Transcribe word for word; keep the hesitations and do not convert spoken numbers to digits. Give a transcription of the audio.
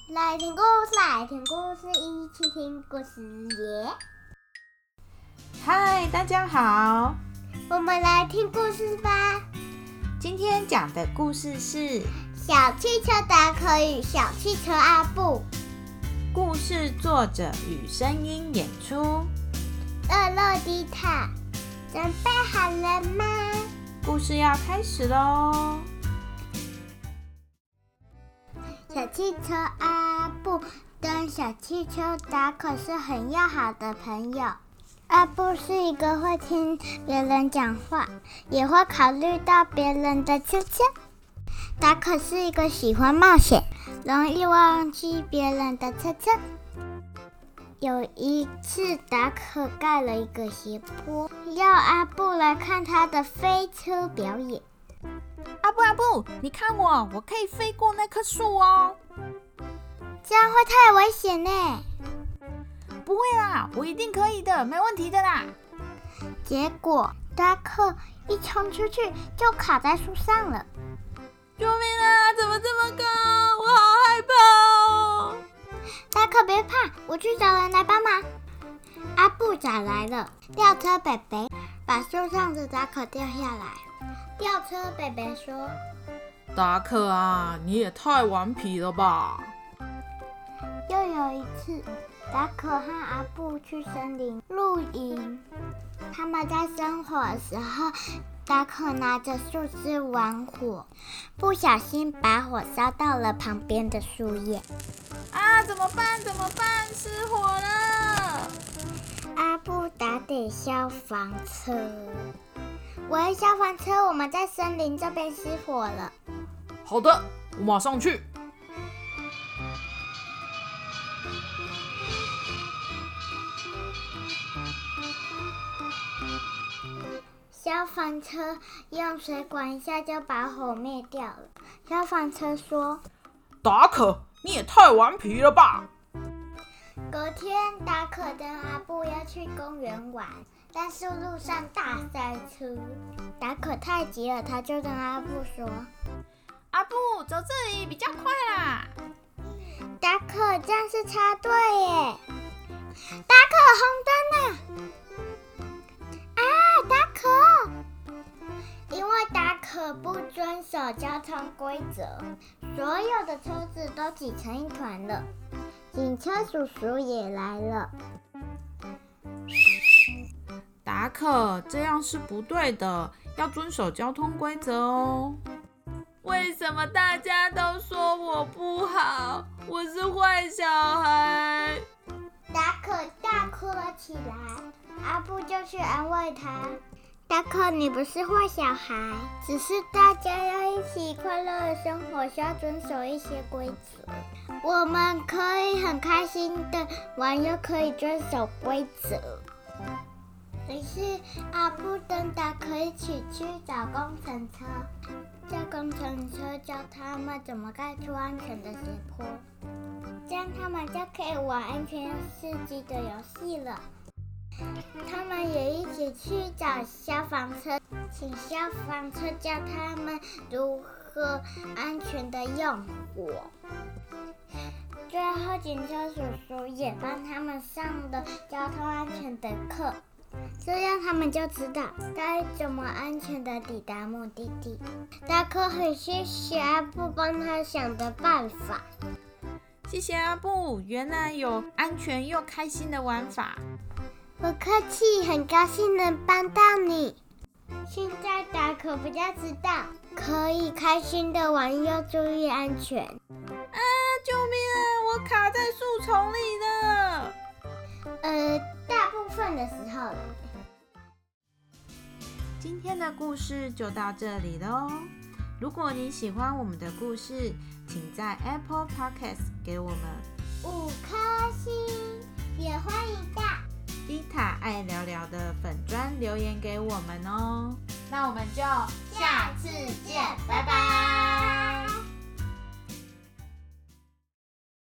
来听故事，来听故事，一起听故事耶！ 嗨，大家好， 我们来听故事吧。 今天讲的故事是小汽车达可与小汽车阿布。 故事作者与声音演出乐乐迪塔，准备好了吗？ 故事要开始咯。 小汽车阿布跟小汽车达可是很要好的朋友。阿布是一个会听别人讲话，也会考虑到别人的车车。达可是一个喜欢冒险，容易忘记别人的车车。有一次，达可盖了一个斜坡，要阿布来看他的飞车表演。 阿布阿布，你看我，我可以飞过那棵树哦。 这样会太危险呢。 不会啦，我一定可以的，没问题的啦。 结果达可一冲出去就卡在树上了。 救命啊！怎么这么高？我好害怕哦。 达可别怕，我去找人来帮忙。阿布找来了吊车北北，把树上的达可掉下来。吊车北北说： 达可啊，你也太顽皮了吧。 又有一次，达可和阿布去森林露营，他们在生火的时候，达可拿着树枝玩火，不小心把火烧到了旁边的树叶。 啊，怎么办？怎么办？失火了！ 阿布打给消防车。喂，消防车，我们在森林这边失火了。 好的，我马上去。 消防车用水管一下就把火灭掉了。消防车说： 达可，你也太顽皮了吧。 隔天，达可跟阿布要去公园玩，但是路上大塞车。达可太急了，他就跟阿布说： 阿布，走这里比较快啦。 达可这样是插队耶。达可，红灯啊！啊，达可！因为达可不遵守交通规则，所有的车子都挤成一团了。警车叔叔也来了。 达可，这样是不对的，要遵守交通规则哦。为什么大家都说我不好？我是坏小孩。 达可大哭了起来，阿布就去安慰他。达可，你不是坏小孩，只是大家要一起快乐的生活，需要遵守一些规则。我们可以很开心的玩，又可以遵守规则。于是阿布跟达可一起去找工程车，叫工程车教他们怎么盖出安全的斜坡，这样他们就可以玩安全刺激的游戏了。他们也一起去找消防车，请消防车教他们如何安全的用火。最后，警车叔叔也帮他们上了交通安全的课，这样他们就知道该怎么安全的抵达目的地。达可很谢谢阿布帮他想的办法。 谢谢阿布，原来有安全又开心的玩法。 不客气，很高兴能帮到你。现在达可比较知道，可以开心的玩又注意安全。 啊！救命啊！我卡在树丛里了。 呃，大部分的时候了。 今天的故事就到这里咯。如果你喜欢我们的故事，请在 Apple Podcast 给我们五颗星，也欢迎到迪塔爱聊聊的粉专留言给我们哦。那我们就下次见，拜拜。